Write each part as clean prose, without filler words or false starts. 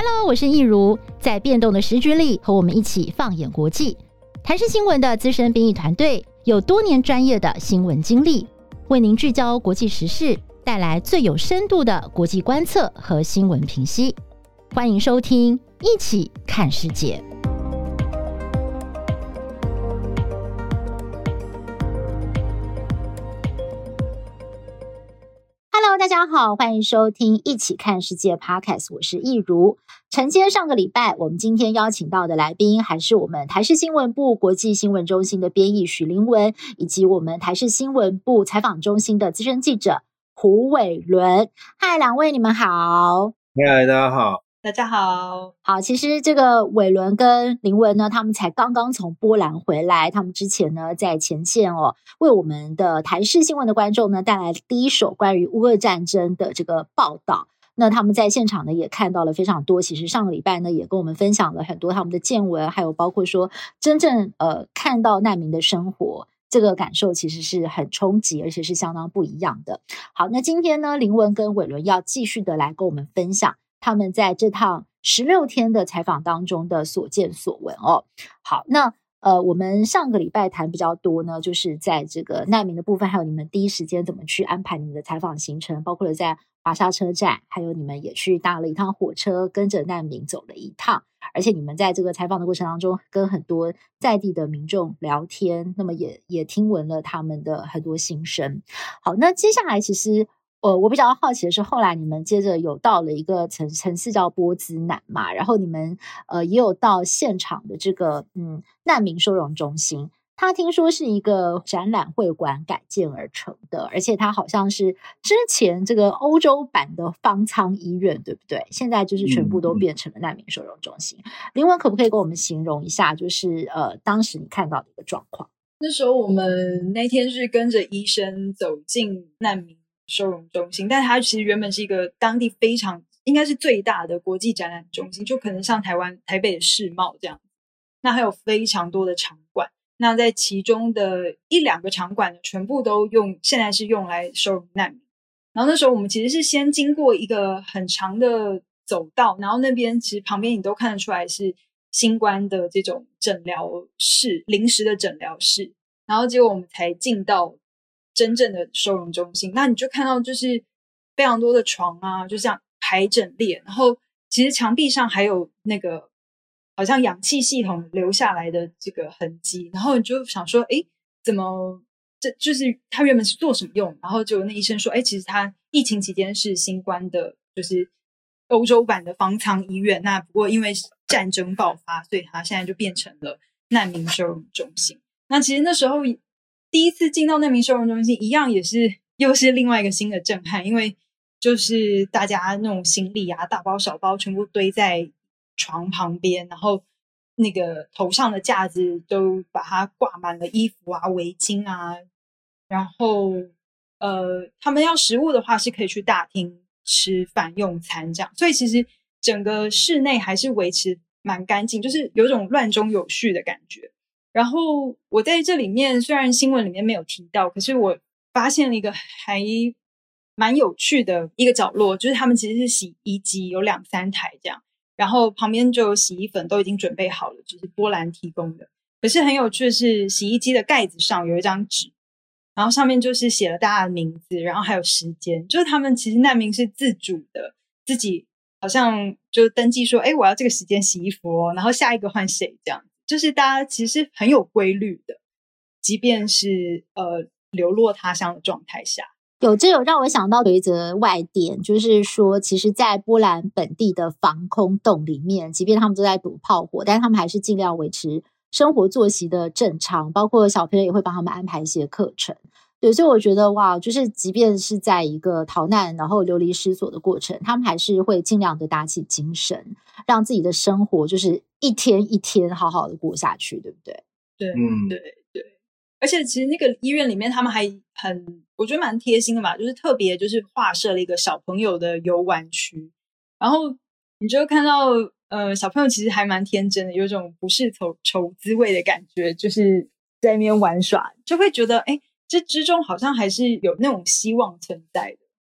Hello， 我是易如，在变动的时局里，和我们一起放眼国际。台视新闻的资深编译团队有多年专业的新闻经历，为您聚焦国际时事，带来最有深度的国际观测和新闻评析。欢迎收听，一起看世界。Hello， 大家好，欢迎收听一起看世界 Podcast， 我是易如。承接上个礼拜，我们今天邀请到的来宾还是我们台视新闻部国际新闻中心的编译许凌文，以及我们台视新闻部采访中心的资深记者胡伟伦。嗨，两位你们好。 嗨，大家好。 大家好。 好，其实这个伟伦跟凌文呢，他们才刚刚从波兰回来，他们之前呢在前线为我们的台视新闻的观众呢带来第一手关于乌俄战争的这个报道。那他们在现场呢也看到了非常多，其实上个礼拜呢也跟我们分享了很多他们的见闻，还有包括说真正看到难民的生活，这个感受其实是很冲击，而且是相当不一样的。好，那今天呢凌文跟伟伦要继续的来跟我们分享他们在这趟16天的采访当中的所见所闻哦。好，那我们上个礼拜谈比较多呢，就是在这个难民的部分，还有你们第一时间怎么去安排你们的采访行程，包括了在华沙车站，还有你们也去搭了一趟火车，跟着难民走了一趟，而且你们在这个采访的过程当中跟很多在地的民众聊天，那么也听闻了他们的很多心声。好，那接下来其实我比较好奇的是，后来你们接着有到了一个城市叫波兹南嘛，然后你们也有到现场的这个难民收容中心，它听说是一个展览会馆改建而成的，而且它好像是之前这个欧洲版的方舱医院，对不对？现在就是全部都变成了难民收容中心。凌文可不可以跟我们形容一下，就是当时你看到的一个状况？ 那时候我们那天是跟着医生走进难民收容中心，但它其实原本是一个当地非常应该是最大的国际展览中心，就可能像台北的世贸这样。那还有非常多的场馆，那在其中的1-2个场馆呢，全部都现在是用来收容难民。然后那时候我们其实是先经过一个很长的走道，然后那边其实旁边你都看得出来是新冠的这种诊疗室，临时的诊疗室，然后结果我们才进到真正的收容中心。那你就看到就是非常多的床啊，就这样排整列，然后其实墙壁上还有那个好像氧气系统留下来的这个痕迹，然后你就想说怎么这就是他原本是做什么用，然后就那医生说其实他疫情期间是新冠的就是欧洲版的方舱医院，那不过因为战争爆发，所以他现在就变成了难民收容中心。那其实那时候第一次进到难民收容中心一样又是另外一个新的震撼，因为就是大家那种行李啊大包小包全部堆在床旁边，然后那个头上的架子都把它挂满了衣服啊围巾啊，然后他们要食物的话是可以去大厅吃饭用餐这样，所以其实整个室内还是维持蛮干净，就是有种乱中有序的感觉。然后我在这里面虽然新闻里面没有提到，可是我发现了一个还蛮有趣的一个角落，就是他们其实是洗衣机有2-3台这样，然后旁边就有洗衣粉都已经准备好了，就是波兰提供的。可是很有趣的是洗衣机的盖子上有一张纸，然后上面就是写了大家的名字，然后还有时间，就是他们其实难民是自主的，自己好像就登记说我要这个时间洗衣服哦，然后下一个换谁这样，就是大家其实很有规律的，即便是流落他乡的状态下。 这有让我想到有一则外电，就是说其实在波兰本地的防空洞里面，即便他们都在躲炮火，但他们还是尽量维持生活作息的正常，包括小朋友也会帮他们安排一些课程。对，所以我觉得哇，就是即便是在一个逃难然后流离失所的过程，他们还是会尽量的打起精神，让自己的生活就是一天一天好好的过下去，对不对？ 对，对。而且其实那个医院里面他们还我觉得蛮贴心的吧，就是特别就是划设了一个小朋友的游玩区，然后你就看到小朋友其实还蛮天真的，有种不是愁滋味的感觉，就是在那边玩耍，就会觉得这之中好像还是有那种希望存在的。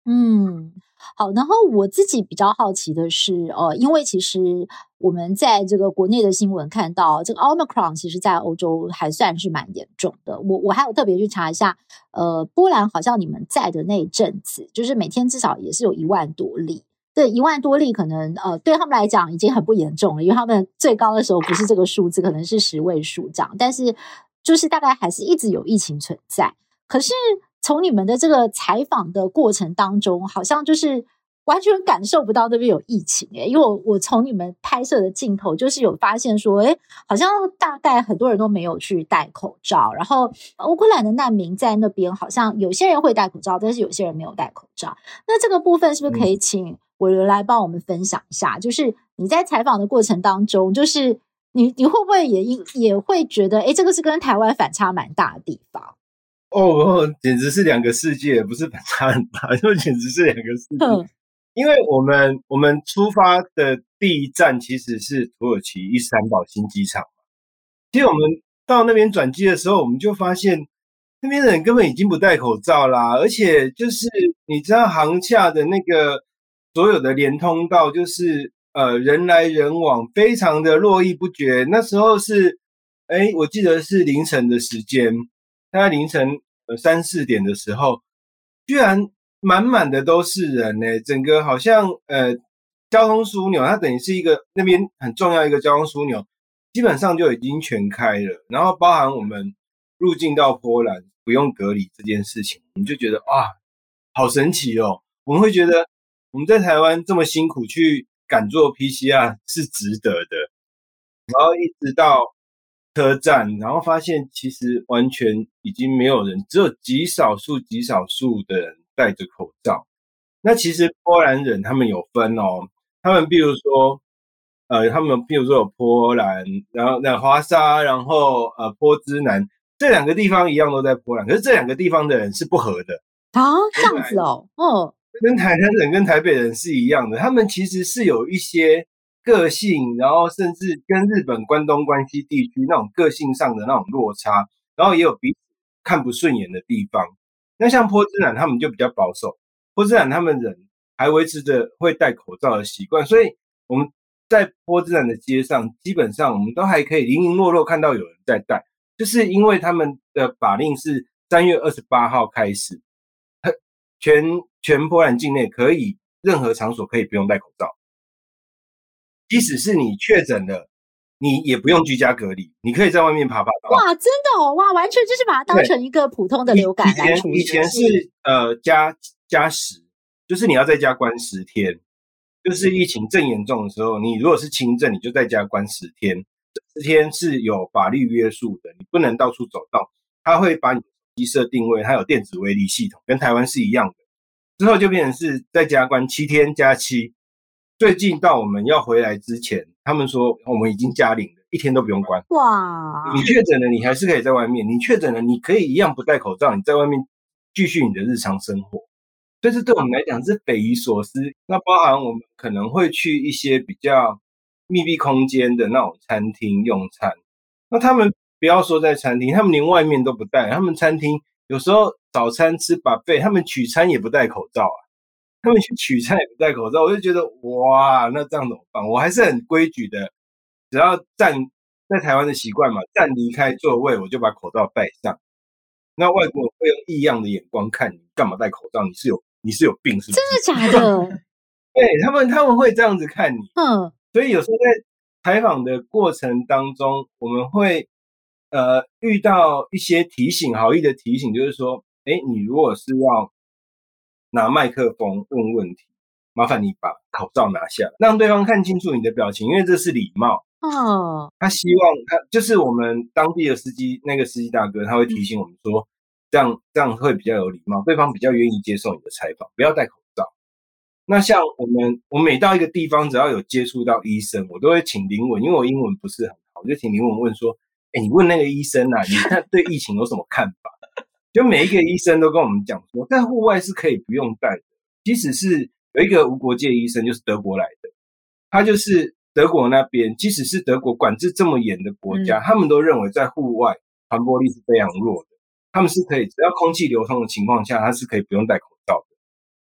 好，然后我自己比较好奇的是，因为其实我们在这个国内的新闻看到，这个 Omicron 其实在欧洲还算是蛮严重的。我还有特别去查一下，波兰好像你们在的那一阵子，就是每天至少也是有1万多例。对，1万多例可能对他们来讲已经很不严重了，因为他们最高的时候不是这个数字，可能是10位数这样，但是就是大概还是一直有疫情存在。可是从你们的这个采访的过程当中，好像就是完全感受不到那边有疫情因为我从你们拍摄的镜头就是有发现说，好像大概很多人都没有去戴口罩，然后乌克兰的难民在那边好像有些人会戴口罩，但是有些人没有戴口罩。那这个部分是不是可以请伟伦来帮我们分享一下？就是你在采访的过程当中，就是你会不会也会觉得，这个是跟台湾反差蛮大的地方？ 简直是两个世界，不是反差很大，就简直是两个世界。因为我们出发的第一站其实是土耳其伊斯坦堡新机场。其实我们到那边转机的时候，我们就发现那边的人根本已经不戴口罩啦，而且就是你知道航厦的那个所有的连通道，就是人来人往，非常的络绎不绝。那时候是我记得是凌晨的时间，大概凌晨3、4点的时候，居然满满的都是人整个好像交通枢纽，它等于是一个那边很重要一个交通枢纽，基本上就已经全开了。然后包含我们入境到波兰不用隔离这件事情，我们就觉得哇，好神奇哦！我们会觉得我们在台湾这么辛苦去赶做 PCR 是值得的，然后一直到车站，然后发现其实完全已经没有人，只有极少数的人戴着口罩。那其实波兰人他们有分哦，他们比如说有波兰，然后华沙，然后波兹南，这两个地方一样都在波兰，可是这两个地方的人是不合的啊，这样子跟台南人跟台北人是一样的，他们其实是有一些个性，然后甚至跟日本关东关西地区那种个性上的那种落差，然后也有彼此看不顺眼的地方。那像波兹南他们就比较保守，波兹南他们人还维持着会戴口罩的习惯，所以我们在波兹南的街上，基本上我们都还可以零零落落看到有人在戴，就是因为他们的法令是3月28号开始，全波兰境内可以任何场所可以不用戴口罩。即使是你确诊了，你也不用居家隔离，你可以在外面爬爬照。 哇，真的哇，完全就是把它当成一个普通的流感来处理。 以前是加10，就是你要在家关10天，就是疫情正严重的时候，你如果是轻症，你就在家关10天，这10天是有法律约束的，你不能到处走动，它会把你手机设定位，它有电子围篱系统，跟台湾是一样的。之后就变成是在家关7天加7。最近到我们要回来之前，他们说我们已经加0了，1天都不用关。 哇！ 你确诊了，你还是可以在外面；你确诊了，你可以一样不戴口罩，你在外面继续你的日常生活。所以这对我们来讲是匪夷所思。那包含我们可能会去一些比较密闭空间的那种餐厅用餐，那他们不要说在餐厅，他们连外面都不戴。他们餐厅有时候早餐吃 buffet， 他们取餐也不戴口罩啊。他们去取餐也不戴口罩，我就觉得哇，那这样怎么办？我还是很规矩的，只要站在台湾的习惯嘛，站离开座位我就把口罩戴上。那外国人会用异样的眼光看你，干嘛戴口罩？你是有病是不是？ 真的假的？ 对，他们会这样子看你。所以有时候在采访的过程当中，我们会遇到一些好意的提醒，就是说，你如果是要拿麦克风问问题，麻烦你把口罩拿下，让对方看清楚你的表情，因为这是礼貌。他希望就是我们当地的司机，那个司机大哥他会提醒我们说，这样会比较有礼貌，对方比较愿意接受你的采访，不要戴口罩。那像我每到一个地方，只要有接触到医生，我都会请林文，因为我英文不是很好，我就请林文问说，你问那个医生啊，你看对疫情有什么看法？就每一个医生都跟我们讲说，在户外是可以不用戴的。即使是有一个无国界医生，就是德国来的，他就是德国那边，即使是德国管制这么严的国家，他们都认为在户外传播力是非常弱的，他们是可以只要空气流通的情况下，他是可以不用戴口罩的。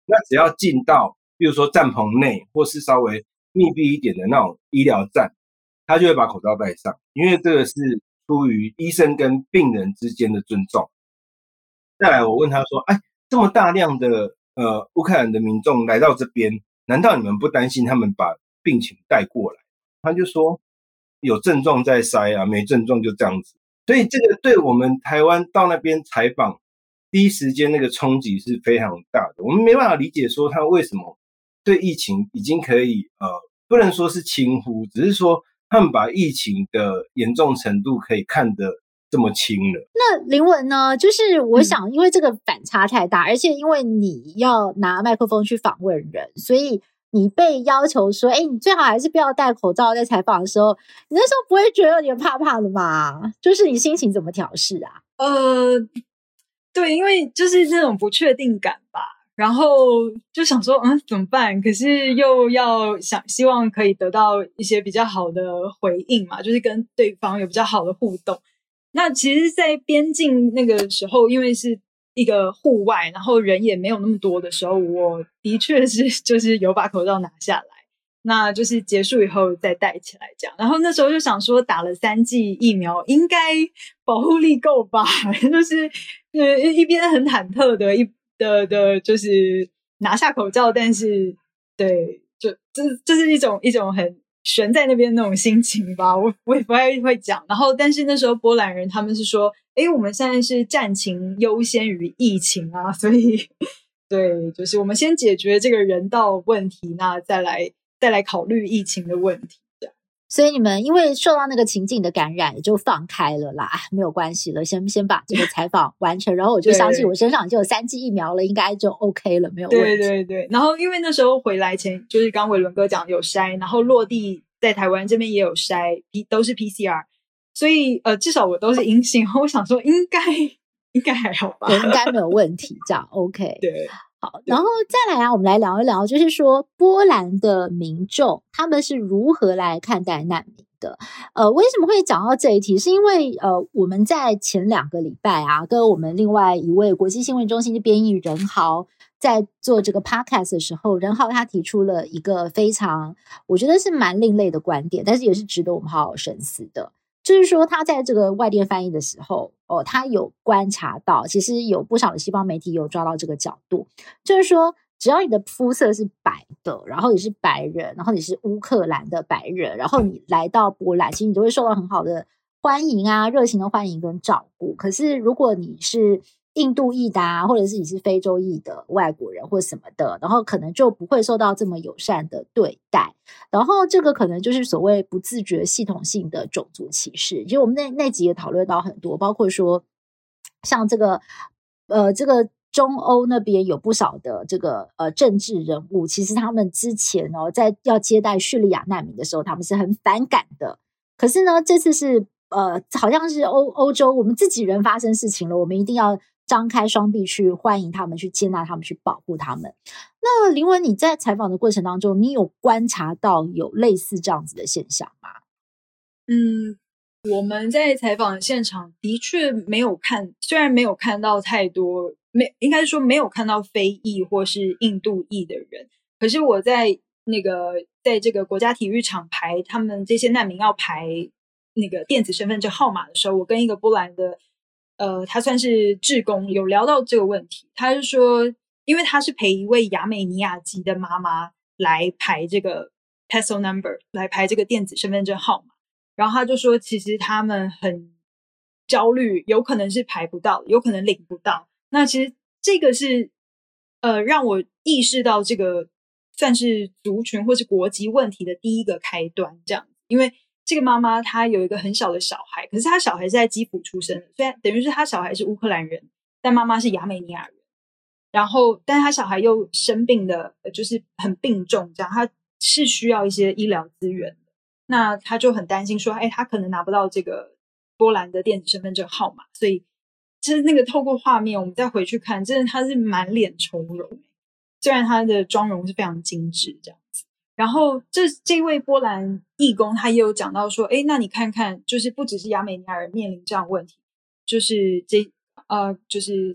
那只要进到比如说帐篷内或是稍微密闭一点的那种医疗站，他就会把口罩戴上，因为这个是出于医生跟病人之间的尊重。再来我问他说，这么大量的乌克兰的民众来到这边，难道你们不担心他们把病情带过来？他就说有症状再筛啊，没症状就这样子。所以这个对我们台湾到那边采访第一时间那个冲击是非常大的，我们没办法理解说他为什么对疫情已经可以不能说是轻忽，只是说他们把疫情的严重程度可以看得这么轻了。 那林文呢，就是我想因为这个反差太大，而且因为你要拿麦克风去访问人，所以你被要求说你最好还是不要戴口罩在采访的时候，你那时候不会觉得有点怕怕的吗？就是你心情怎么调试啊？ 对，因为就是那种不确定感吧，然后就想说怎么办，可是又要希望可以得到一些比较好的回应嘛，就是跟对方有比较好的互动。那其实在边境那个时候，因为是一个户外，然后人也没有那么多的时候，我的确是就是有把口罩拿下来，那就是结束以后再戴起来这样。然后那时候就想说打了3剂疫苗应该保护力够吧，就是一边很忐忑的就是拿下口罩，但是对就是一种很悬在那边那种心情吧，我也不太会讲。然后但是那时候波兰人他们是说我们现在是战情优先于疫情啊，所以对，就是我们先解决这个人道问题，那再来考虑疫情的问题。 所以你们因为受到那个情境的感染，也就放开了啦，没有关系了，先把这个采访完成，然后我就相信我身上就有3剂疫苗了，应该就 OK 了，没有问题。 对，然后因为那时候回来前，就是刚伟伦哥讲有筛，然后落地在台湾这边也有筛，都是 PCR， 所以至少我都是阴性，我想说应该还好吧， 对，应该没有问题，这样 OK。 对。 好，然后再来我们来聊一聊，就是说波兰的民众他们是如何来看待难民的。为什么会讲到这一题，是因为我们在前2个礼拜跟我们另外一位国际新闻中心的编译任豪在做这个 podcast 的时候，任豪他提出了一个非常我觉得是蛮另类的观点，但是也是值得我们好好深思的。就是说他在这个外电翻译的时候他有观察到，其实有不少的西方媒体有抓到这个角度，就是说只要你的肤色是白的，然后你是白人，然后你是乌克兰的白人，然后你来到波兰，其实你就会受到很好的欢迎热情的欢迎跟照顾。可是如果你是印度裔的或者是你是非洲裔的外国人或什么的，然后可能就不会受到这么友善的对待，然后这个可能就是所谓不自觉系统性的种族歧视。其实我们那集也讨论到很多，包括说像这个中欧那边有不少的这个政治人物，其实他们之前在要接待叙利亚难民的时候，他们是很反感的。可是呢，这次是好像是欧洲我们自己人发生事情了，我们一定要张开双臂去欢迎他们，去接纳他们，去保护他们。那林文，你在采访的过程当中，你有观察到有类似这样子的现象吗？ 我们在采访现场的确没有虽然没有看到太多，应该说没有看到非裔或是印度裔的人，可是我在这个国家体育场排他们这些难民要排那个电子身份证号码的时候，我跟一个波兰的他算是志工有聊到这个问题。他就说因为他是陪一位亚美尼亚籍的妈妈来排这个 parcel number， 来排这个电子身份证号码，然后他就说其实他们很焦虑，有可能是排不到，有可能领不到。那其实这个是让我意识到这个算是族群或是国籍问题的第一个开端这样。因为这个妈妈她有一个很小的小孩，可是她小孩是在基辅出生的，虽然等于是她小孩是乌克兰人，但妈妈是亚美尼亚人，然后但是她小孩又生病的就是很病重这样，她是需要一些医疗资源的。那她就很担心说她可能拿不到这个波兰的电子身份证号码，所以就是那个透过画面我们再回去看，真的她是满脸愁容，虽然她的妆容是非常精致这样子。然后这位波兰义工他也有讲到说那你看看，就是不只是亚美尼亚人面临这样的问题，就是就是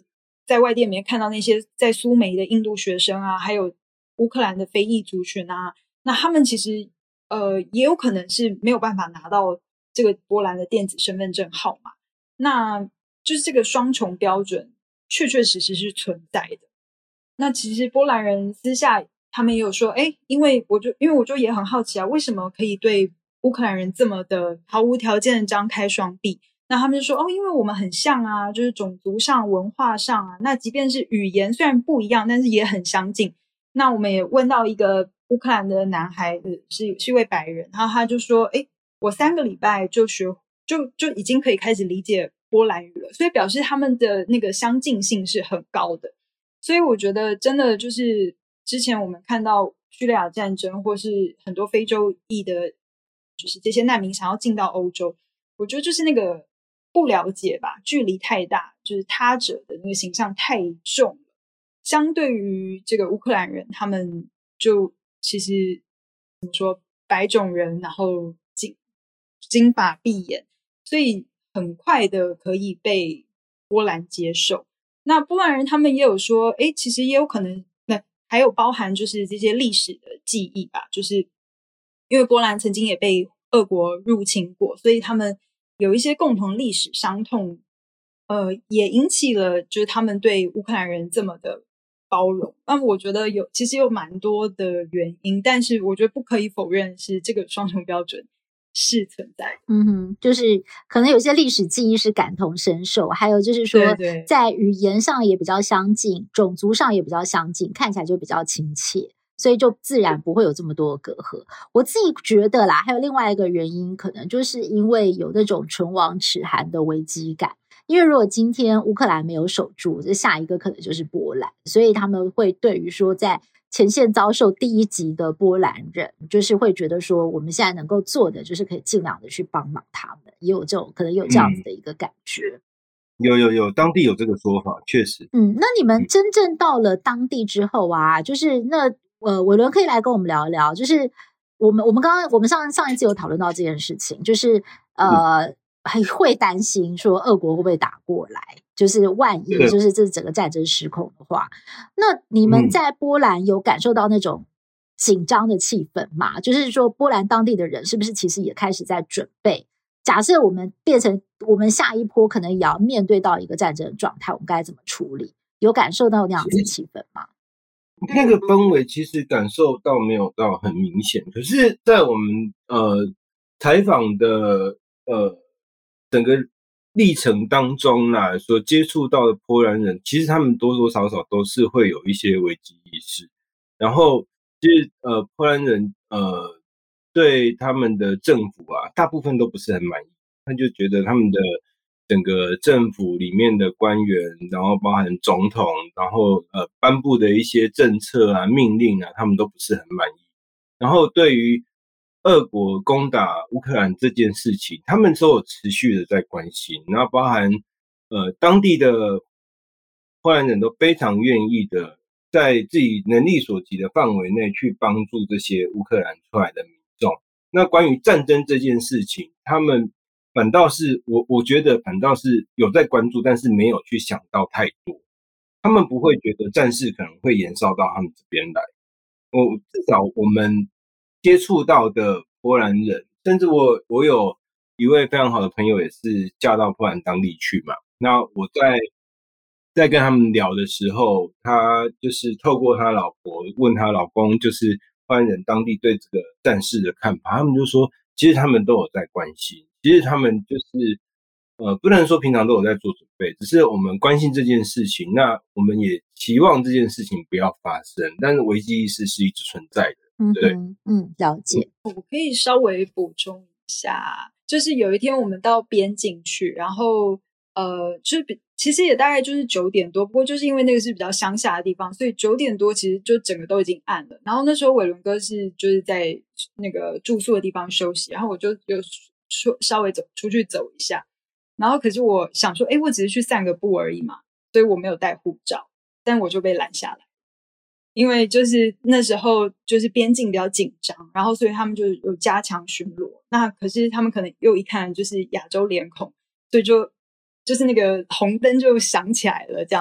在外电里面看到那些在苏梅的印度学生啊，还有乌克兰的非裔族群啊，那他们其实也有可能是没有办法拿到这个波兰的电子身份证号码，那就是这个双重标准确确实实是存在的。那其实波兰人私下他们也有说，因为我就也很好奇啊，为什么可以对乌克兰人这么的毫无条件的张开双臂？那他们就说，因为我们很像啊，就是种族上文化上啊，那即便是语言虽然不一样，但是也很相近。那我们也问到一个乌克兰的男孩，是一位白人，然后他就说，我3个礼拜就已经可以开始理解波兰语了，所以表示他们的那个相近性是很高的。所以我觉得真的就是之前我们看到叙利亚战争或是很多非洲裔的就是这些难民想要进到欧洲，我觉得就是那个不了解吧，距离太大，就是他者的那个形象太重了。相对于这个乌克兰人，他们就其实怎么说，白种人，然后金发碧眼，所以很快的可以被波兰接受。那波兰人他们也有说，其实也有可能，那还有包含就是这些历史的记忆吧，就是因为波兰曾经也被俄国入侵过，所以他们有一些共同历史伤痛，也引起了就是他们对乌克兰人这么的包容。那我觉得其实有蛮多的原因，但是我觉得不可以否认是这个双重标准是存在的。 就是可能有些历史记忆是感同身受，还有就是说在语言上也比较相近，种族上也比较相近，看起来就比较亲切，所以就自然不会有这么多隔阂。我自己觉得啦，还有另外一个原因，可能就是因为有那种唇亡齿寒的危机感。因为如果今天乌克兰没有守住，这下一个可能就是波兰，所以他们会对于说在前线遭受第一击的波兰人，就是会觉得说我们现在能够做的就是可以尽量的去帮忙他们，也有这种可能有这样子的一个感觉。 有当地有这个说法，确实。 那你们真正到了当地之后啊，就是那伟伦可以来跟我们聊一聊，就是我们上一次有讨论到这件事情，就是很会担心说俄国会不会打过来，就是万一就是这整个战争失控的话，那你们在波兰有感受到那种紧张的气氛吗？就是说波兰当地的人是不是其实也开始在准备，假设我们变成我们下一波可能也要面对到一个战争的状态，我们该怎么处理？有感受到那样子的气氛吗？ 那个氛围其实感受到没有到很明显，可是在我们采访的整个历程当中啦，所接触到的波兰人，其实他们多多少少都是会有一些危机意识，然后其实波兰人对他们的政府啊，大部分都不是很满意，他就觉得他们的整个政府里面的官员，然后包含总统，然后颁布的一些政策啊、命令啊，他们都不是很满意。然后对于俄国攻打乌克兰这件事情，他们都有持续的在关心，然后包含当地的波兰人都非常愿意的在自己能力所及的范围内去帮助这些乌克兰出来的民众。那关于战争这件事情，他们反倒是我觉得反倒是有在关注，但是没有去想到太多。他们不会觉得战事可能会延烧到他们这边来。至少我们接触到的波兰人，甚至我有一位非常好的朋友也是嫁到波兰当地去嘛。那我在跟他们聊的时候，他就是透过他老婆问他老公，就是波兰人当地对这个战事的看法，他们就说，其实他们都有在关心，其实他们就是不能说平常都有在做准备，只是我们关心这件事情，那我们也期望这件事情不要发生，但是危机意识是一直存在的。对， 了解。 我可以稍微补充一下，就是有一天我们到边境去，然后就是其实也大概就是9点多，不过就是因为那个是比较乡下的地方，所以9点多其实就整个都已经暗了。然后那时候伟伦哥就是在那个住宿的地方休息，然后我就有稍微出去走一下，然后可是我想说，我只是去散个步而已嘛，所以我没有带护照，但我就被拦下来。因为就是那时候就是边境比较紧张，然后所以他们就有加强巡逻，那可是他们可能又一看就是亚洲脸孔，所以就是那个红灯就响起来了这样。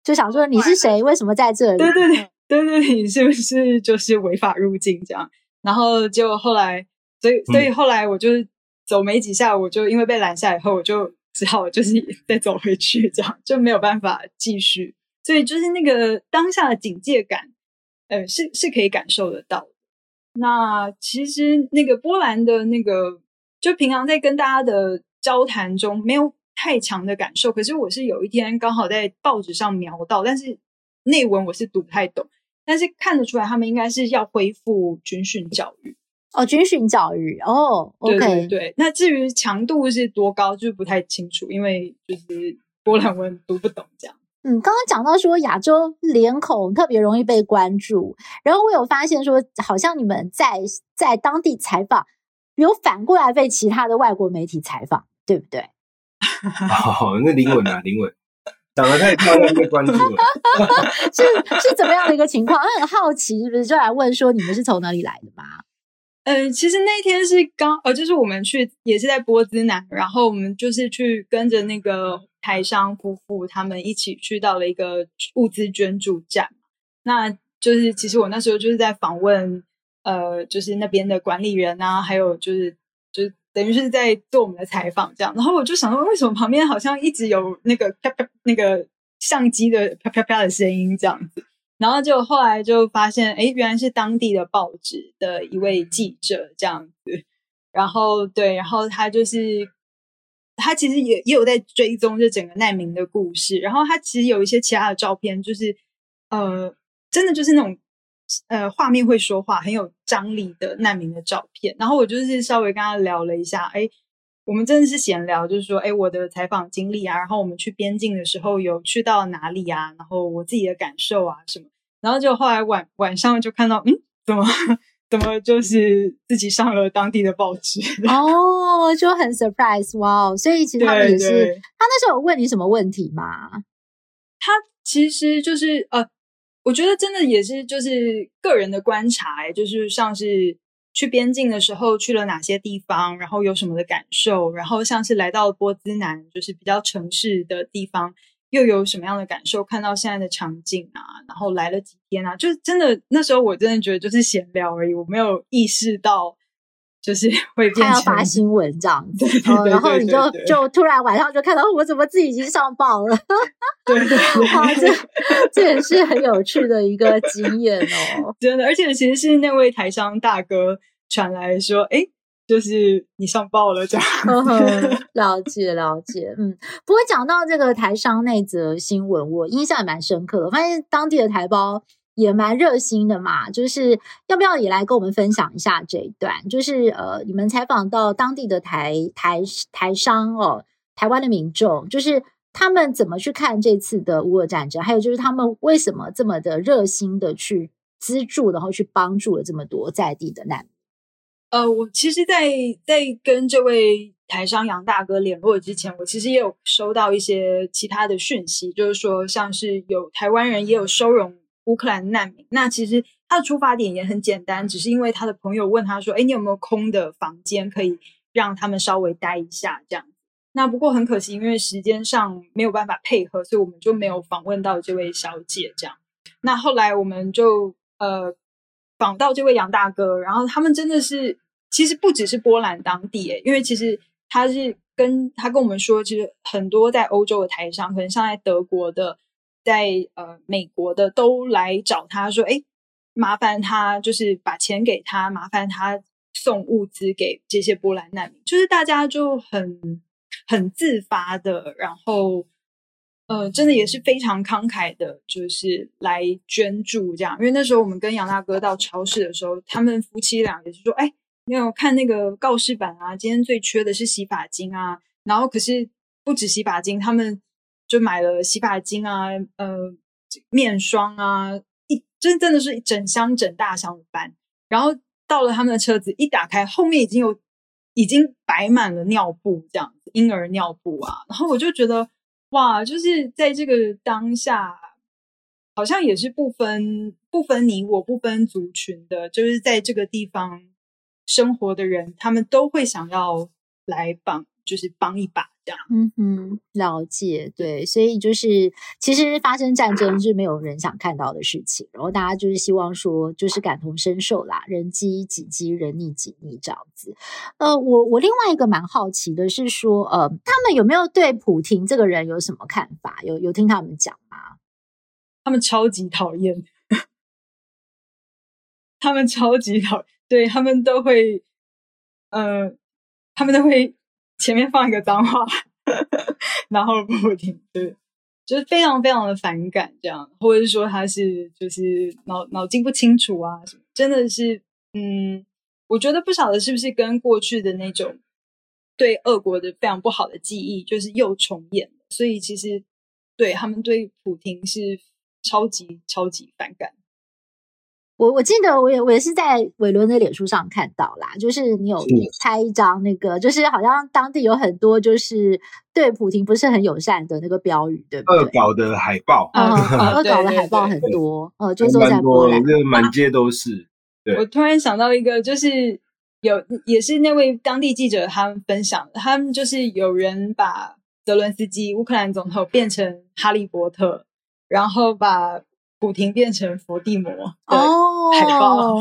就想说你是谁，为什么在这里？ 对对对对对，你是不是就是违法入境这样？然后就后来，所以后来我就走没几下，我就因为被拦下以后，我就只好就是再走回去，这样就没有办法继续。所以就是那个当下的警戒感，是可以感受得到的。那其实那个波兰的那个，就平常在跟大家的交谈中没有太强的感受，可是我是有一天刚好在报纸上瞄到，但是内文我是读不太懂，但是看得出来他们应该是要恢复军训教育。 哦，军训教育哦 ，OK， 对对对。那至于强度是多高，就不太清楚，因为就是波兰文读不懂这样。 刚刚讲到说亚洲脸孔特别容易被关注，然后我有发现说，好像你们在当地采访，有反过来被其他的外国媒体采访，对不对？ 哦，那林文啊，林文长得太漂亮被关注了， 是怎么样的一个情况？很好奇，是不是就来问说你们是从哪里来的吗？ 其实那天是就是我们去也是在波兹南，然后我们就是去跟着那个台商夫妇他们一起去到了一个物资捐助站。那就是其实我那时候就是在访问就是那边的管理人啊，还有就等于是在做我们的采访这样。然后我就想说，为什么旁边好像一直有那个啪啪那个相机的啪啪啪的声音这样子。然后就后来就发现，原来是当地的报纸的一位记者这样子。然后对，然后他其实也有在追踪这整个难民的故事。然后他其实有一些其他的照片，就是真的就是那种画面会说话，很有张力的难民的照片。然后我就是稍微跟他聊了一下，我们真的是闲聊，就是说我的采访经历啊，然后我们去边境的时候有去到哪里啊，然后我自己的感受啊什么。然后就后来晚上就看到怎么就是自己上了当地的报纸哦，就很 surprise 哇！所以其实他们也是，他那时候有问你什么问题吗？ 他其实就是我觉得真的也是就是个人的观察，就是像是去边境的时候去了哪些地方，然后有什么的感受，然后像是来到波兹南就是比较城市的地方又有什么样的感受，看到现在的场景啊，然后来了几天啊，就是真的那时候我真的觉得就是闲聊而已，我没有意识到就是会变成他要发新闻这样子。 对然后你就突然晚上就看到我怎么自己已经上报了对对对， 哇，这也是很有趣的一个经验哦。 真的，而且其实是那位台商大哥传来说就是你上报了这样了解了解。不过讲到这个台商那则新闻，我印象也蛮深刻的，我发现当地的台胞也蛮热心的嘛，就是要不要也来跟我们分享一下这一段，就是你们采访到当地的台商台湾的民众，就是他们怎么去看这次的乌俄战争，还有就是他们为什么这么的热心的去资助，然后去帮助了这么多在地的难民。 我其实在跟这位台商杨大哥联络之前，我其实也有收到一些其他的讯息，就是说像是有台湾人也有收容乌克兰难民。那其实他的出发点也很简单，只是因为他的朋友问他说你有没有空的房间可以让他们稍微待一下这样。那不过很可惜，因为时间上没有办法配合，所以我们就没有访问到这位小姐这样。那后来我们就访到这位杨大哥，然后他们真的是其实不只是波兰当地因为其实他跟我们说，其实很多在欧洲的台商，可能像在德国的，在美国的都来找他说麻烦他就是把钱给他，麻烦他送物资给这些波兰难民，就是大家就很自发的，然后真的也是非常慷慨的，就是来捐助这样。因为那时候我们跟杨大哥到超市的时候，他们夫妻俩也是说你有看那个告示板啊，今天最缺的是洗发精啊，然后可是不止洗发精，他们就买了洗发精啊面霜啊，真的是整箱整大箱的搬。然后到了他们的车子一打开，后面已经摆满了尿布这样子，婴儿尿布啊。然后我就觉得哇，就是在这个当下好像也是不分你我不分族群的，就是在这个地方生活的人，他们都会想要来就是帮一把这样。 了解，对，所以就是其实发生战争是没有人想看到的事情，然后大家就是希望说就是感同身受啦，人饥己饥，人溺己溺这样子。我另外一个蛮好奇的是说，他们有没有对普亭这个人有什么看法？有听他们讲吗？ 他们超级讨厌，他们超级讨厌，对，他们都会前面放一个脏话然后不停，对，就是非常非常的反感这样，或者是说他是就是脑筋不清楚啊什么，真的是我觉得不晓得是不是跟过去的那种对俄国的非常不好的记忆就是又重演了，所以其实对他们对普亭是超级超级反感。 我记得我也是在伟伦的脸书上看到啦，就是你有拍一张那个，就是好像当地有很多就是对普亭不是很友善的那个标语，对不对？ 恶搞的海报， 恶搞的海报很多，就是说在波兰， 满街都是。对， 我突然想到一个，就是也是那位当地记者他们分享的，他们就是有人把泽伦斯基乌克兰总统变成哈利波特，然后把普亭变成伏地魔的海报。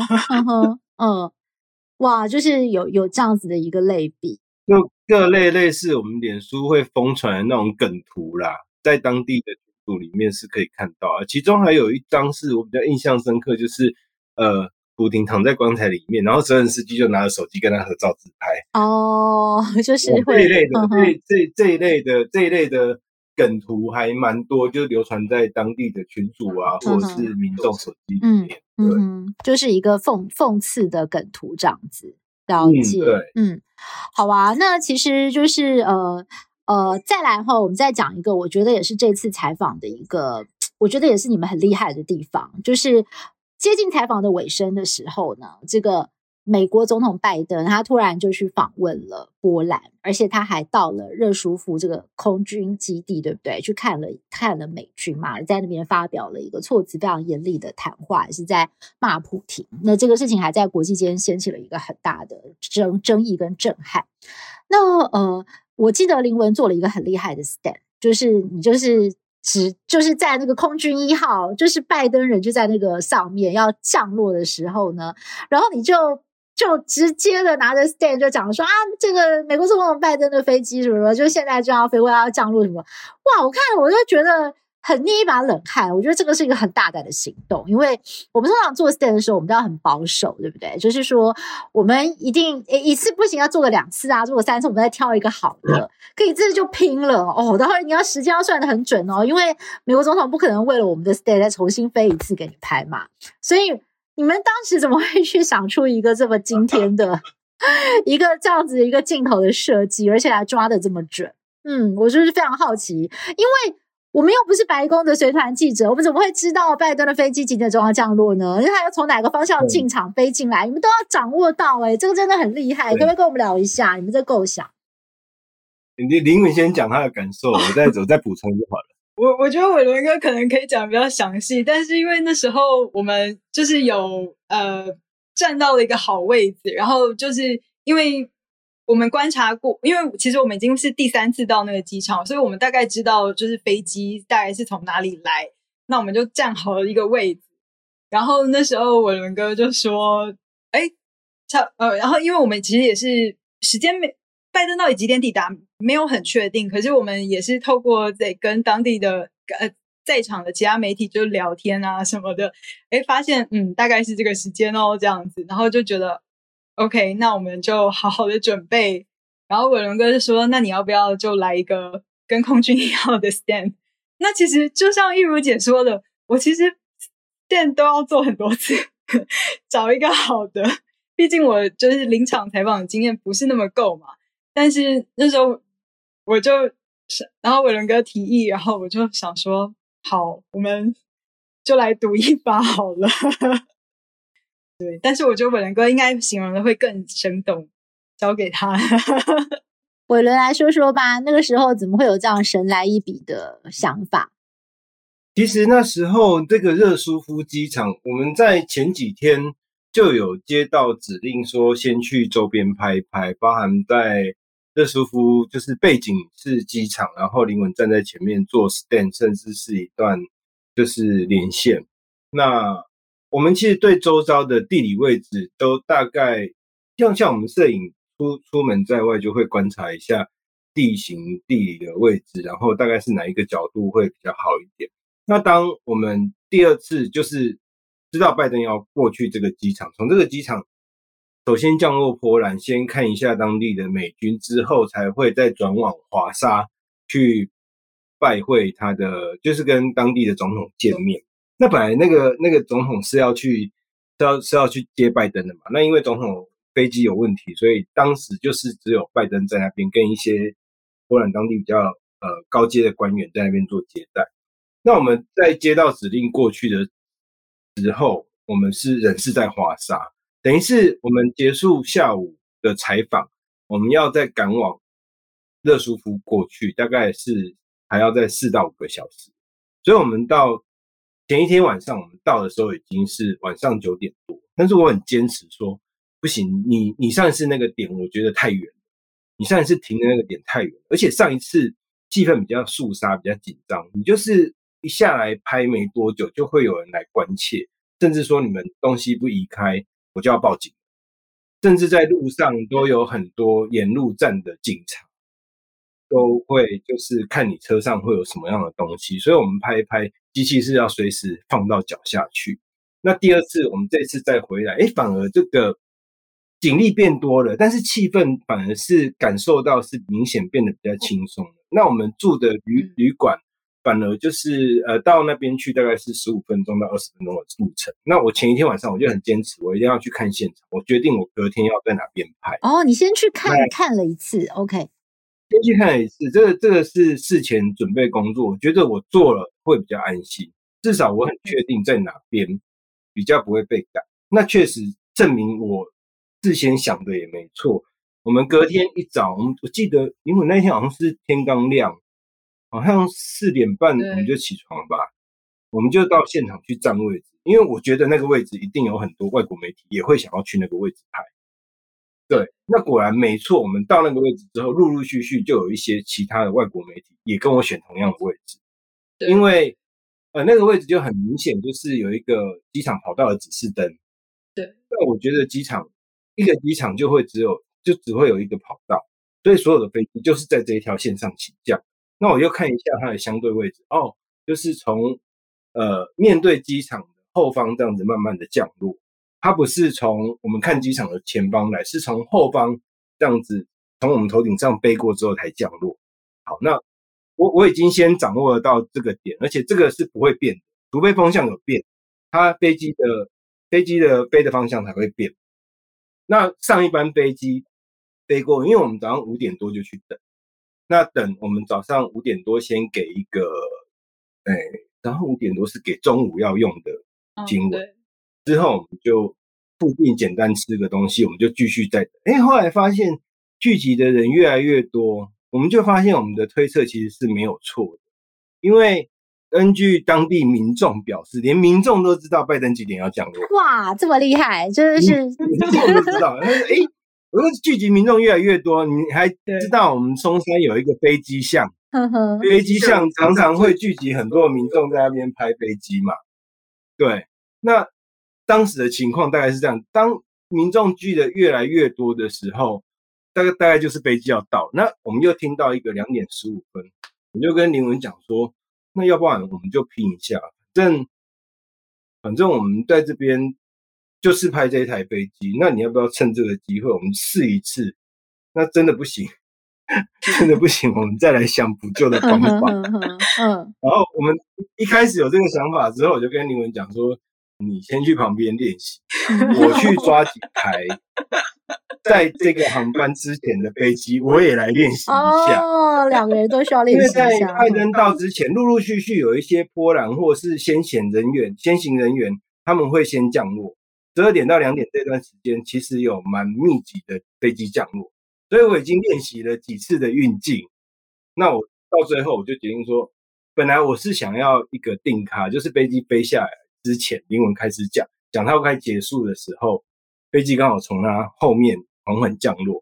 哇，就是有这样子的一个类比， 就各类似我们脸书会疯传的那种梗图啦，在当地的群组里面是可以看到其中还有一张是我比较印象深刻，就是普亭躺在棺材里面，然后泽连斯基就拿着手机跟他合照自拍。 就是会这一类的梗图还蛮多，就流传在当地的群组啊，或者是民众手机里面。 就是一个讽刺的梗图这样子。了解，好啊。那其实就是再来后我们再讲一个，我觉得也是这次采访的一个，我觉得也是你们很厉害的地方，就是接近采访的尾声的时候呢，这个美国总统拜登他突然就去访问了波兰，而且他还到了热舒夫这个空军基地，对不对？去看了美军嘛，在那边发表了一个措辞非常严厉的谈话，也是在骂普亭。那这个事情还在国际间掀起了一个很大的争议跟震撼。那我记得林文做了一个很厉害的 stand， 就是你就是在那个空军1号，就是拜登人就在那个上面要降落的时候呢，然后你就直接的拿着 stand 就讲说这个美国总统拜登的飞机什么什么，就现在就要飞过来要降落什么。哇，我看了我就觉得很捏一把冷汗。我觉得这个是一个很大胆的行动，因为我们通常做 stand 的时候我们都要很保守，对不对？就是说我们一定一次不行，要做个2次啊，做个3次，我们再挑一个好的，可以这就拼了待会你要时间要算得很准因为美国总统不可能为了我们的 stand 再重新飞一次给你拍嘛。所以你们当时怎么会去想出一个这么惊天的一个这样子的一个镜头的设计，而且还抓得这么准？我就是非常好奇，因为我们又不是白宫的随团记者，我们怎么会知道拜登的飞机几点钟要降落呢？因为他要从哪个方向进场飞进来，你们都要掌握到这个真的很厉害。可不可以跟我们聊一下你们这构想？ 林文先讲他的感受，我再补充就好了。 我觉得伟伦哥可能可以讲比较详细，但是因为那时候我们就是有站到了一个好位置，然后就是因为我们观察过，因为其实我们已经是第3次到那个机场，所以我们大概知道就是飞机大概是从哪里来，那我们就站好了一个位置。然后那时候伟伦哥就说然后因为我们其实也是时间拜登到底几点抵达没有很确定，可是我们也是透过在跟当地的在场的其他媒体就聊天啊什么的，发现大概是这个时间这样子，然后就觉得 OK， 那我们就好好的准备。然后伟伦哥就说那你要不要就来一个跟空军1号的 stand。 那其实就像玉如姐说的，我其实 stand 都要做很多次找一个好的，毕竟我就是临场采访的经验不是那么够嘛。但是那时候然后伟伦哥提议，然后我就想说好，我们就来赌一把好了对，但是我觉得伟伦哥应该形容的会更生动，交给他伟伦来说说吧，那个时候怎么会有这样神来一笔的想法？ 其实那时候这个热舒夫机场，我们在前几天就有接到指令说先去周边拍一拍，包含在热舒夫就是背景是机场，然后林文站在前面做 stand， 甚至是一段就是连线。那我们其实对周遭的地理位置都大概像我们摄影出门在外就会观察一下地形地理的位置，然后大概是哪一个角度会比较好一点。那当我们第二次就是知道拜登要过去这个机场，从这个机场首先降落波兰，先看一下当地的美军，之后才会再转往华沙去拜会他的，就是跟当地的总统见面。那本来那个总统是要去接拜登的嘛，那因为总统飞机有问题，所以当时就是只有拜登在那边跟一些波兰当地比较高阶的官员在那边做接待。那我们在接到指令过去的时候，我们人是在华沙，等于是我们结束下午的采访，我们要再赶往热舒夫过去，大概是还要再4到5个小时。所以我们到前一天晚上，我们到的时候已经是晚上9点多，但是我很坚持说，不行，你上一次那个点我觉得太远了，你上一次停的那个点太远，而且上一次气氛比较肃杀，比较紧张，你就是一下来拍没多久就会有人来关切，甚至说你们东西不移开我就要报警，甚至在路上都有很多沿路站的警察都会就是看你车上会有什么样的东西，所以我们拍一拍机器是要随时放到脚下去。那第二次我们这次再回来，反而这个警力变多了，但是气氛反而是感受到是明显变得比较轻松了。那我们住的旅馆反而就是到那边去大概是15分钟到20分钟的路程。那我前一天晚上我就很坚持，我一定要去看现场，我决定我隔天要在哪边拍。 哦，你先去看了一次 ，OK。 先去看了一次，这个是事前准备工作，我觉得我做了会比较安心，至少我很确定在哪边比较不会被赶。那确实证明我事先想的也没错。我们隔天一早，我记得因为那天好像是天刚亮，好像4点半我们就起床吧，我们就到现场去占位置，因为我觉得那个位置一定有很多外国媒体也会想要去那个位置拍。对，那果然没错，我们到那个位置之后，陆陆续续就有一些其他的外国媒体也跟我选同样的位置，因为那个位置就很明显，就是有一个机场跑道的指示灯。 对， 那我觉得一个机场就只会有一个跑道，所以所有的飞机就是在这一条线上起降。那我又看一下它的相对位置，就是从面对机场的后方这样子慢慢的降落。它不是从我们看机场的前方来，是从后方这样子从我们头顶上飞过之后才降落。好，那我已经先掌握到这个点，而且这个是不会变的，除非风向有变，它飞机的飞的方向才会变。那上一班飞机飞过，因为我们早上5点多就去等，那等我们早上5点多先给一个，早上5点多是给中午要用的经文。之后我们就附近简单吃个东西，我们就继续在等。后来发现聚集的人越来越多，我们就发现我们的推测其实是没有错的，因为根据当地民众表示，连民众都知道拜登几点要降落。 哇，这么厉害，真的是民众都知道。我说聚集民众越来越多，你还知道我们松山有一个飞机巷，飞机巷常常会聚集很多民众在那边拍飞机嘛。对，那当时的情况大概是这样，当民众聚的越来越多的时候，大概就是飞机要到，那我们又听到一个2点15分，我就跟林文讲说，那要不然我们就拼一下，反正我们在这边就是拍这一台飞机，那你要不要趁这个机会我们试一次？那真的不行，真的不行，我们再来想补救的方法。然后我们一开始有这个想法之后，我就跟林文讲说，你先去旁边练习，我去抓几台在这个航班之前的飞机，我也来练习一下。 2个人都需要练习一下。 因为在拜登到之前，陆陆续续有一些波兰或是先行人员，他们会先降落。12点到2点这段时间，其实有蛮密集的飞机降落，所以我已经练习了几次的运镜。那我到最后我就决定说，本来我是想要一个定卡，就是飞机飞下来之前，林文开始讲到快结束的时候，飞机刚好从他后面缓缓降落。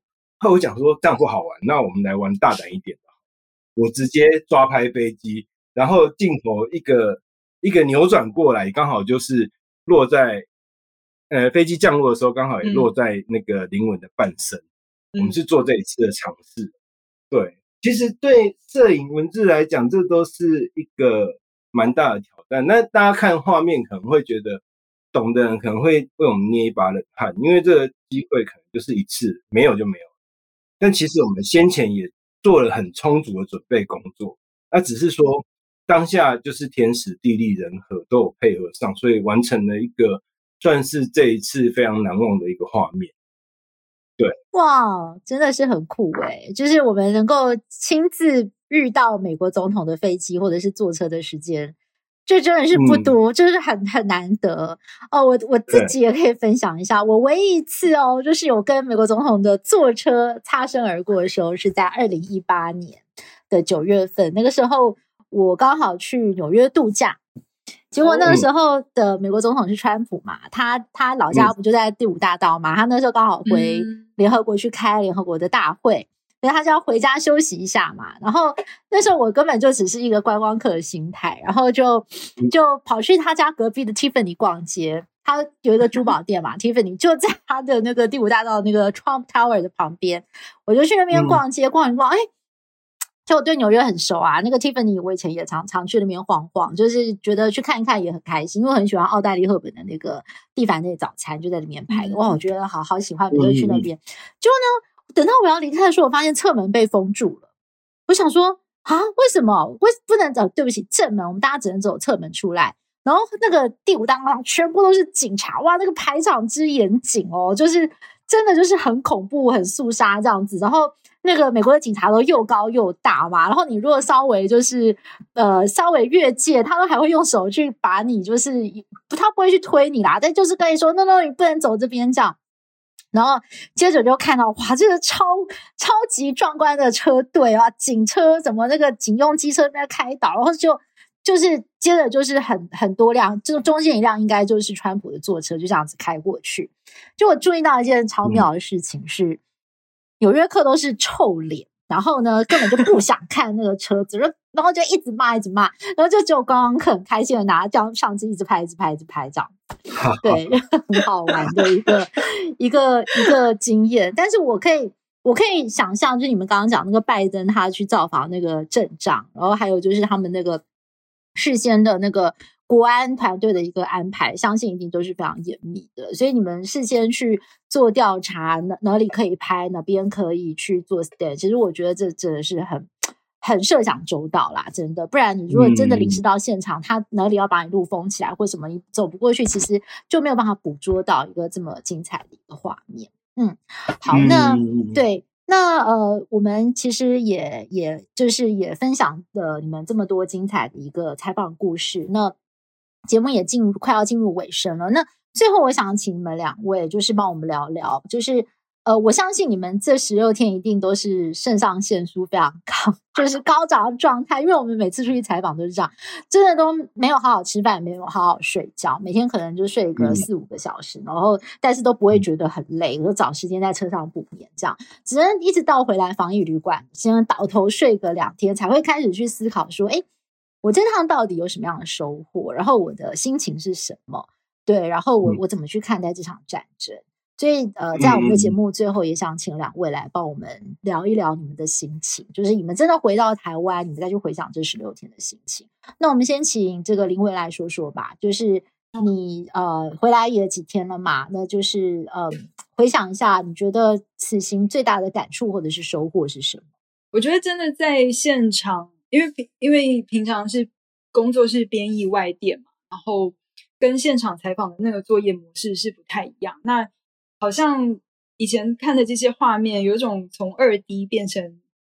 后来我讲说这样不好玩，那我们来玩大胆一点吧。我直接抓拍飞机，然后镜头一个扭转过来，刚好就是落在飞机降落的时候，刚好也落在那个林文的半身。我们是做这一次的尝试。对，其实对摄影文字来讲，这都是一个蛮大的挑战。那大家看画面可能会觉得，懂的人可能会为我们捏一把冷汗，因为这个机会可能就是一次，没有就没有。但其实我们先前也做了很充足的准备工作，那只是说当下就是天时地利人和都有配合上，所以完成了一个算是这一次非常难忘的一个画面。对， 哇，真的是很酷就是我们能够亲自遇到美国总统的飞机或者是坐车的时间，这真的是不多，就是很难得哦。我自己也可以分享一下，我唯一一次就是有跟美国总统的坐车擦身而过的时候，是在2018年的9月份，那个时候我刚好去纽约度假。结果那个时候的美国总统是川普嘛，他老家不就在第5大道嘛，他那时候刚好回联合国去开联合国的大会，所以他就要回家休息一下嘛。然后那时候我根本就只是一个观光客的心态，然后就跑去他家隔壁的 Tiffany 逛街，他有一个珠宝店嘛，Tiffany 就在他的那个第5大道那个 Trump Tower 的旁边，我就去那边逛街逛一逛，就我对纽约很熟啊，那个 Tiffany 我以前也常去那边晃晃，就是觉得去看一看也很开心，因为我很喜欢奥黛丽赫本的那个蒂凡内早餐，就在里面拍的。哇，我觉得好喜欢，我就去那边。结果呢，等到我要离开的时候，我发现侧门被封住了。我想说啊，为什么不能走？对不起，正门我们大家只能走侧门出来。然后那个第5大道上全部都是警察，哇，那个排场之严谨就是真的就是很恐怖、很肃杀这样子。然后那个美国的警察都又高又大嘛，然后你如果稍微就是稍微越界，他都还会用手去把你，就是他不会去推你啦，但就是跟你说 no 你不能走这边这样。然后接着就看到哇，这个超级壮观的车队啊，警车怎么那个警用机车在那开导，然后就是接着就是很多辆，就中间一辆应该就是川普的坐车，就这样子开过去。就我注意到一件超妙的事情是，纽约客都是臭脸，然后呢根本就不想看那个车子，然后就一直骂，然后就只有观光客很开心的拿着相机一直拍这样。对，很好玩的一个经验。但是我可以想象，就是你们刚刚讲那个拜登他去造访那个镇长，然后还有就是他们那个事先的那个国安团队的一个安排，相信一定都是非常严密的。所以你们事先去做调查，哪里可以拍，哪边可以去做 stand， 其实我觉得这真的是很设想周到啦，真的。不然你如果真的临时到现场，他哪里要把你路封起来或什么，你走不过去，其实就没有办法捕捉到一个这么精彩的一个画面。好，那对。那我们其实也就是也分享了你们这么多精彩的一个采访故事，那节目也快要进入尾声了。那最后我想请你们2位就是帮我们聊聊，就是我相信你们这16天一定都是肾上腺素非常高，就是高涨的状态，因为我们每次出去采访都是这样，真的都没有好好吃饭，没有好好睡觉，每天可能就睡个4-5个小时，然后但是都不会觉得很累，就找时间在车上补眠，这样只能一直到回来防疫旅馆，先倒头睡个2天，才会开始去思考说，我这趟到底有什么样的收获，然后我的心情是什么，对，然后我怎么去看待这场战争。所以在我们的节目最后也想请2位来帮我们聊一聊你们的心情，就是你们真的回到台湾，你们再去回想这16天的心情。那我们先请这个林伟来说说吧，就是你回来也几天了嘛，那就是回想一下，你觉得此行最大的感触或者是收获是什么？ 我觉得真的在现场，因为平常是工作是编译外电嘛，然后跟现场采访的那个作业模式是不太一样。那好像以前看的这些画面，有一种从2D 变成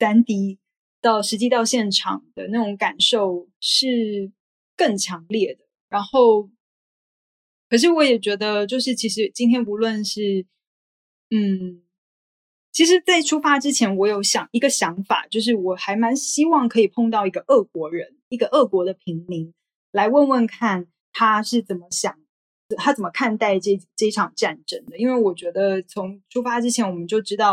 3D 到实际到现场的那种感受是更强烈的。然后，可是我也觉得，就是其实今天不论是，其实在出发之前，我有一个想法，就是我还蛮希望可以碰到一个俄国人，一个俄国的平民，来问问看他是怎么想。他怎么看待这场战争的？因为我觉得从出发之前我们就知道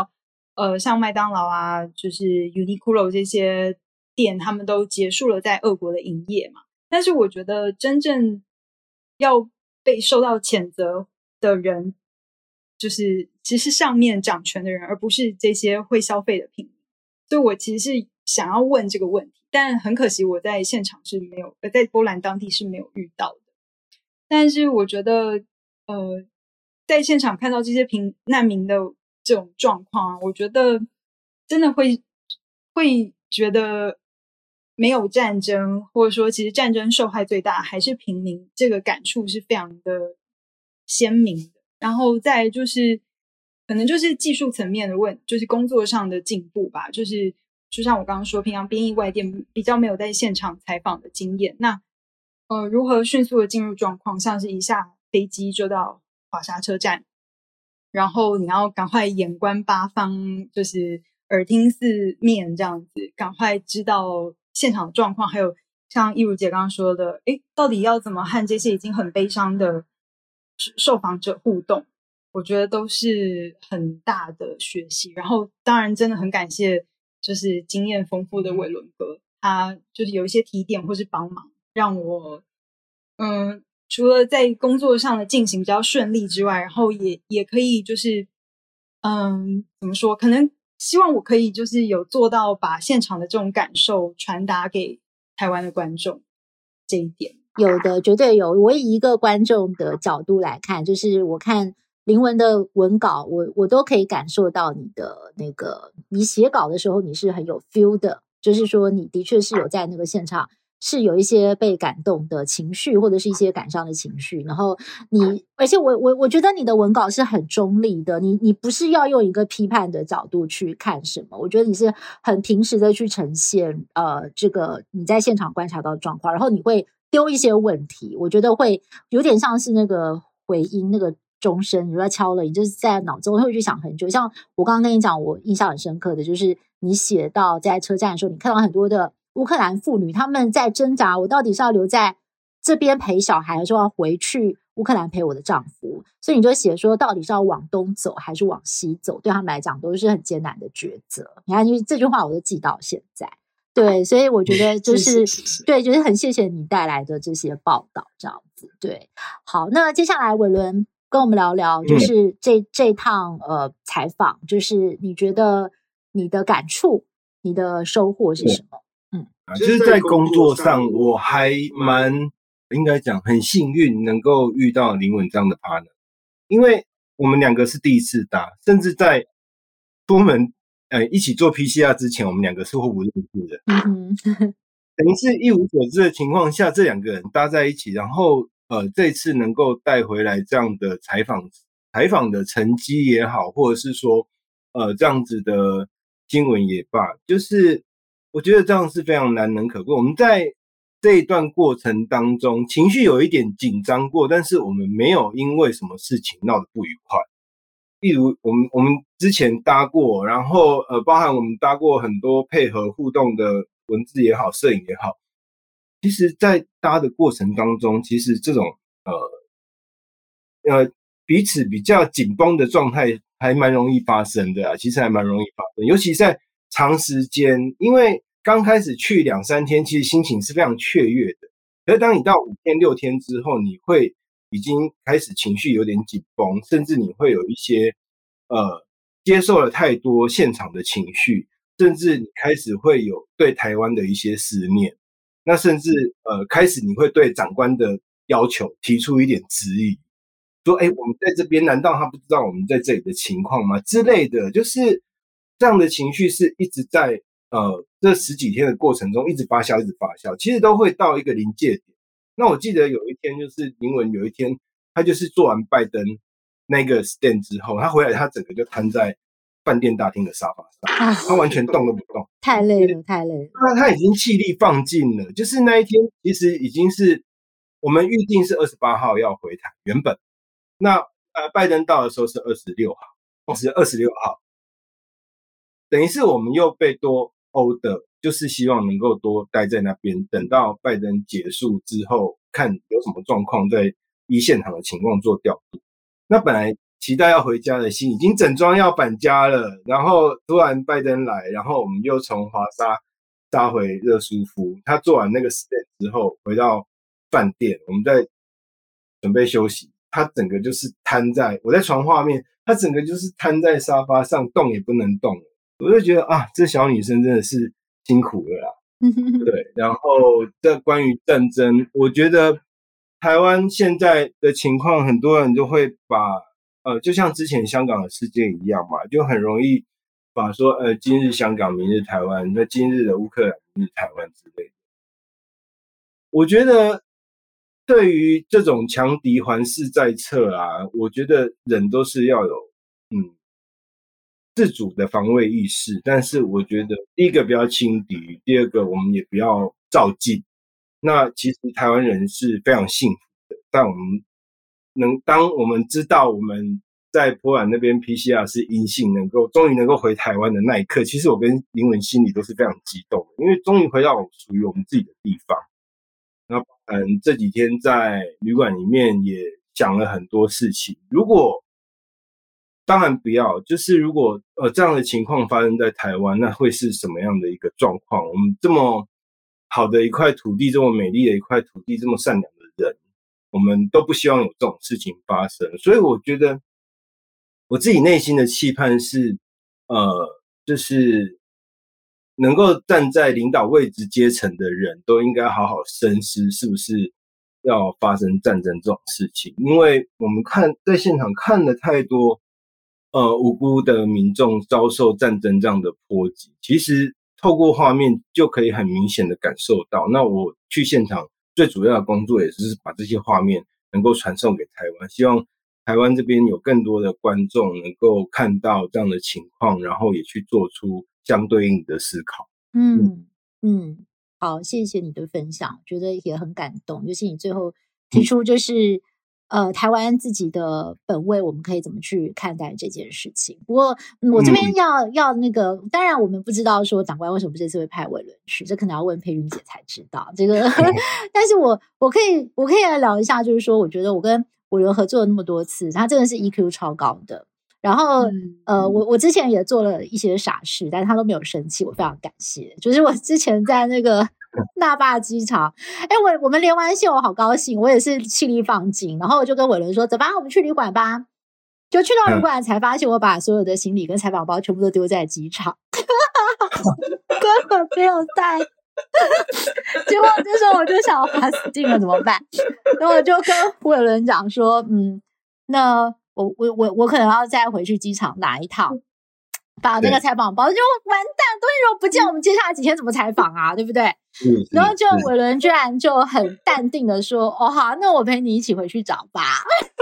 像麦当劳啊，就是 Uniqlo 这些店，他们都结束了在俄国的营业嘛。但是我觉得真正要被受到谴责的人，就是其实上面掌权的人，而不是这些会消费的平民。所以我其实是想要问这个问题，但很可惜我在现场是没有，在波兰当地是没有遇到的。但是我觉得在现场看到这些难民的这种状况啊，我觉得真的会觉得没有战争，或者说其实战争受害最大还是平民，这个感触是非常的鲜明的。然后再就是可能就是技术层面的就是工作上的进步吧，就是就像我刚刚说，平常编译外电比较没有在现场采访的经验，那如何迅速的进入状况，像是一下飞机就到华沙车站，然后你要赶快眼观八方，就是耳听四面这样子，赶快知道现场的状况，还有像一如姐刚刚说的，到底要怎么和这些已经很悲伤的受访者互动，我觉得都是很大的学习。然后当然真的很感谢就是经验丰富的伟伦哥，他就是有一些提点或是帮忙，让我除了在工作上的进行比较顺利之外，然后也可以就是怎么说，可能希望我可以就是有做到把现场的这种感受传达给台湾的观众，这一点有的，绝对有。我以一个观众的角度来看，就是我看林文的文稿，我都可以感受到你的那个，你写稿的时候你是很有 feel 的，就是说你的确是有在那个现场是有一些被感动的情绪，或者是一些感伤的情绪。然后而且我觉得你的文稿是很中立的，你不是要用一个批判的角度去看什么，我觉得你是很平时的去呈现这个你在现场观察到的状况，然后你会丢一些问题，我觉得会有点像是那个回音那个钟声，你说敲了，你就是在脑中会去想很久。像我刚刚跟你讲，我印象很深刻的就是你写到在车站的时候，你看到很多的乌克兰妇女，他们在挣扎，我到底是要留在这边陪小孩，还是要回去乌克兰陪我的丈夫？所以你就写说，到底是要往东走还是往西走？对他们来讲都是很艰难的抉择。你看，这句话我都记到现在。对，所以我觉得就是对，就是很谢谢你带来的这些报道，这样子。对，好，那接下来伟伦跟我们聊聊，就是这趟采访，就是你觉得你的感触、你的收获是什么？ 就是在工作上，我还应该讲很幸运，能够遇到林文这样的 partner， 因为我们两个是第一次搭，甚至在出门一起做 PCR 之前，我们两个是互不认识的。等于是一无所知的情况下，这两个人搭在一起，然后这次能够带回来这样的采访的成绩也好，或者是说这样子的新闻也罢，就是我觉得这样是非常难能可贵。我们在这一段过程当中，情绪有一点紧张过，但是我们没有因为什么事情闹得不愉快。例如我们之前搭过，然后包含我们搭过很多配合互动的文字也好，摄影也好，其实在搭的过程当中，其实这种彼此比较紧绷的状态还蛮容易发生的啊，其实还蛮容易发生，尤其在长时间，因为刚开始去2-3天，其实心情是非常雀跃的，可是当你到5天6天之后，你会已经开始情绪有点紧绷，甚至你会有一些接受了太多现场的情绪，甚至你开始会有对台湾的一些思念，那甚至开始你会对长官的要求提出一点质疑，说我们在这边难道他不知道我们在这里的情况吗之类的，就是这样的情绪是一直在这10几天的过程中一直发酵，其实都会到一个临界点。那我记得有一天就是林文有一天他就是做完拜登那个 stand 之后，他回来他整个就瘫在饭店大厅的沙发上，他完全动都不动， 太累了。 他已经气力放尽了，就是那一天其实已经是我们预定是28号要回台，原本那拜登到的时候是26号，等于是我们又被多欧的，就是希望能够多待在那边，等到拜登结束之后，看有什么状况，再依现场的情况做调度。那本来期待要回家的心，已经整装要返家了，然后突然拜登来，然后我们又从华沙杀回热苏夫。他做完那个 step 之后，回到饭店，我们在准备休息，他整个就是瘫在我在床画面，他整个就是瘫在沙发上，动也不能动了。我就觉得啊，这小女生真的是辛苦了啦。对，然后这关于战争，我觉得台湾现在的情况，很多人就会把就像之前香港的事件一样嘛，就很容易把说今日香港，明日台湾，那今日的乌克兰，明日台湾之类的。我觉得对于这种强敌环视在侧啊，我觉得人都是要有自主的防卫意识，但是我觉得第一个不要轻敌，第二个我们也不要照进。那其实台湾人是非常幸福的，但我们当我们知道我们在波兰那边 PCR 是阴性，终于能够回台湾的那一刻，其实我跟林文心里都是非常激动的，因为终于回到属于我们自己的地方。那这几天在旅馆里面也想了很多事情，当然不要，就是如果这样的情况发生在台湾，那会是什么样的一个状况？我们这么好的一块土地，这么美丽的一块土地，这么善良的人，我们都不希望有这种事情发生。所以我觉得我自己内心的期盼是就是能够站在领导位置阶层的人都应该好好深思，是不是要发生战争这种事情。因为我们在现场看了太多无辜的民众遭受战争这样的波及，其实透过画面就可以很明显的感受到。那我去现场最主要的工作也是把这些画面能够传送给台湾，希望台湾这边有更多的观众能够看到这样的情况，然后也去做出相对应的思考。 好，谢谢你的分享，觉得也很感动，尤其你最后提出就是台湾自己的本位，我们可以怎么去看待这件事情。不过我这边要那个，当然我们不知道说长官为什么这次会派伟伦去，这可能要问佩云姐才知道这个但是我可以来聊一下，就是说我觉得我跟伟伦合作了那么多次，他真的是 EQ 超高的。然后我之前也做了一些傻事，但是他都没有生气，我非常感谢。就是我之前在那个大坝机场，我们连完线我好高兴，我也是气力放尽，然后我就跟伟伦说走吧，我们去旅馆吧。就去到旅馆才发现我把所有的行李跟采访包全部都丢在机场根本没有带结果这时候我就想死定了怎么办，然后我就跟伟伦讲说那我可能要再回去机场拿一趟，把那个采访包就完蛋，东西如果不见，我们接下来几天怎么采访啊？对不对？然后就伟伦居然就很淡定的说：“哦好，那我陪你一起回去找吧。”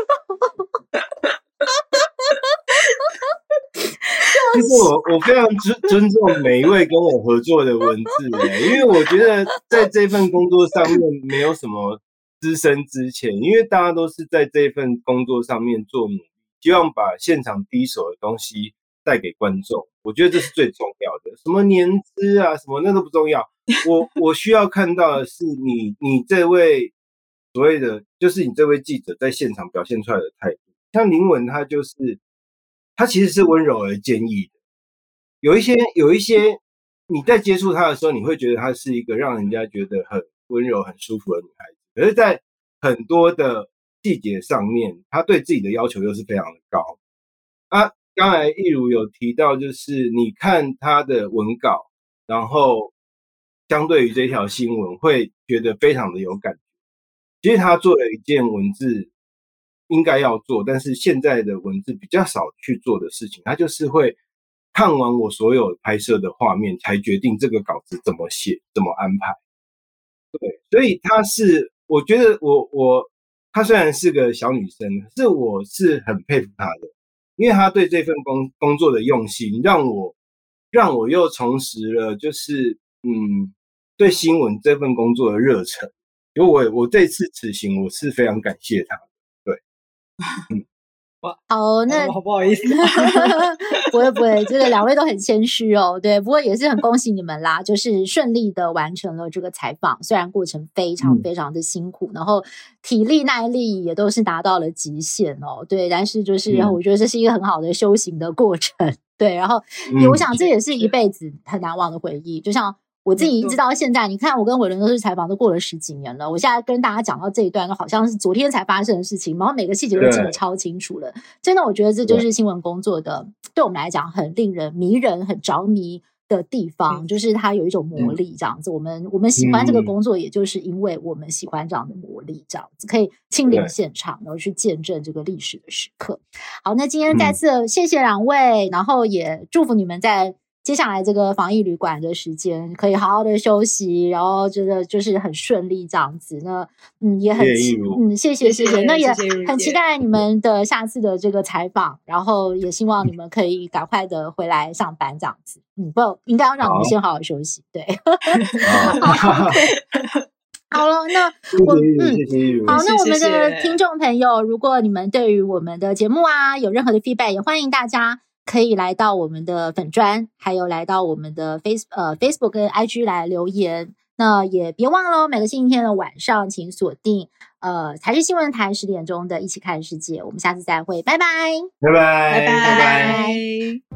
其实我非常尊重每一位跟我合作的文字因为我觉得在这份工作上面没有什么资深之前，因为大家都是在这份工作上面做努力，希望把现场第一手的东西带给观众。我觉得这是最重要的，什么年资啊，什么那都不重要。我需要看到的是你这位所谓的，就是你这位记者在现场表现出来的态度。像林文他其实是温柔而坚毅的，有一些你在接触他的时候，你会觉得他是一个让人家觉得很温柔很舒服的女孩子，可是在很多的细节上面，他对自己的要求又是非常的高啊。刚才一如有提到，就是你看他的文稿，然后相对于这条新闻会觉得非常的有感觉。其实他做了一件文字应该要做，但是现在的文字比较少去做的事情，他就是会看完我所有拍摄的画面，才决定这个稿子怎么写，怎么安排。对，所以我觉得她虽然是个小女生，可是我是很佩服她的，因为她对这份工作的用心，让我又重拾了就是对新闻这份工作的热忱。因为我这次此行我是非常感谢她的，对。 哇， 好，那好不好意思不会不会，这个两位都很谦虚哦。对，不过也是很恭喜你们啦，就是顺利的完成了这个采访，虽然过程非常非常的辛苦，然后体力耐力也都是达到了极限哦。对，但是就是我觉得这是一个很好的修行的过程。对，然后我想这也是一辈子很难忘的回忆，就像我自己一直到现在，你看我跟伟伦都是采访都过了10几年了，我现在跟大家讲到这一段都好像是昨天才发生的事情，然后每个细节都记得超清楚了。真的，我觉得这就是新闻工作的对我们来讲很令人迷人、很着迷的地方，就是它有一种魔力这样子。我们喜欢这个工作，也就是因为我们喜欢这样的魔力，这样子可以亲临现场，然后去见证这个历史的时刻。好，那今天再次谢谢两位，然后也祝福你们在接下来这个防疫旅馆的时间可以好好的休息，然后觉得就是很顺利这样子。那也很谢谢，那也很期待你们的下次的这个采访，然后也希望你们可以赶快的回来上班这样子。不应该要让你们先好好休息。对，好了，那好，那我们的听众朋友，如果你们对于我们的节目啊有任何的 feedback， 也欢迎大家可以来到我们的粉专，还有来到我们的Facebook 跟 IG 来留言。那也别忘了每个星期天的晚上，请锁定台视新闻台10点钟的一起看世界。我们下次再会，拜拜， 拜拜， 拜拜。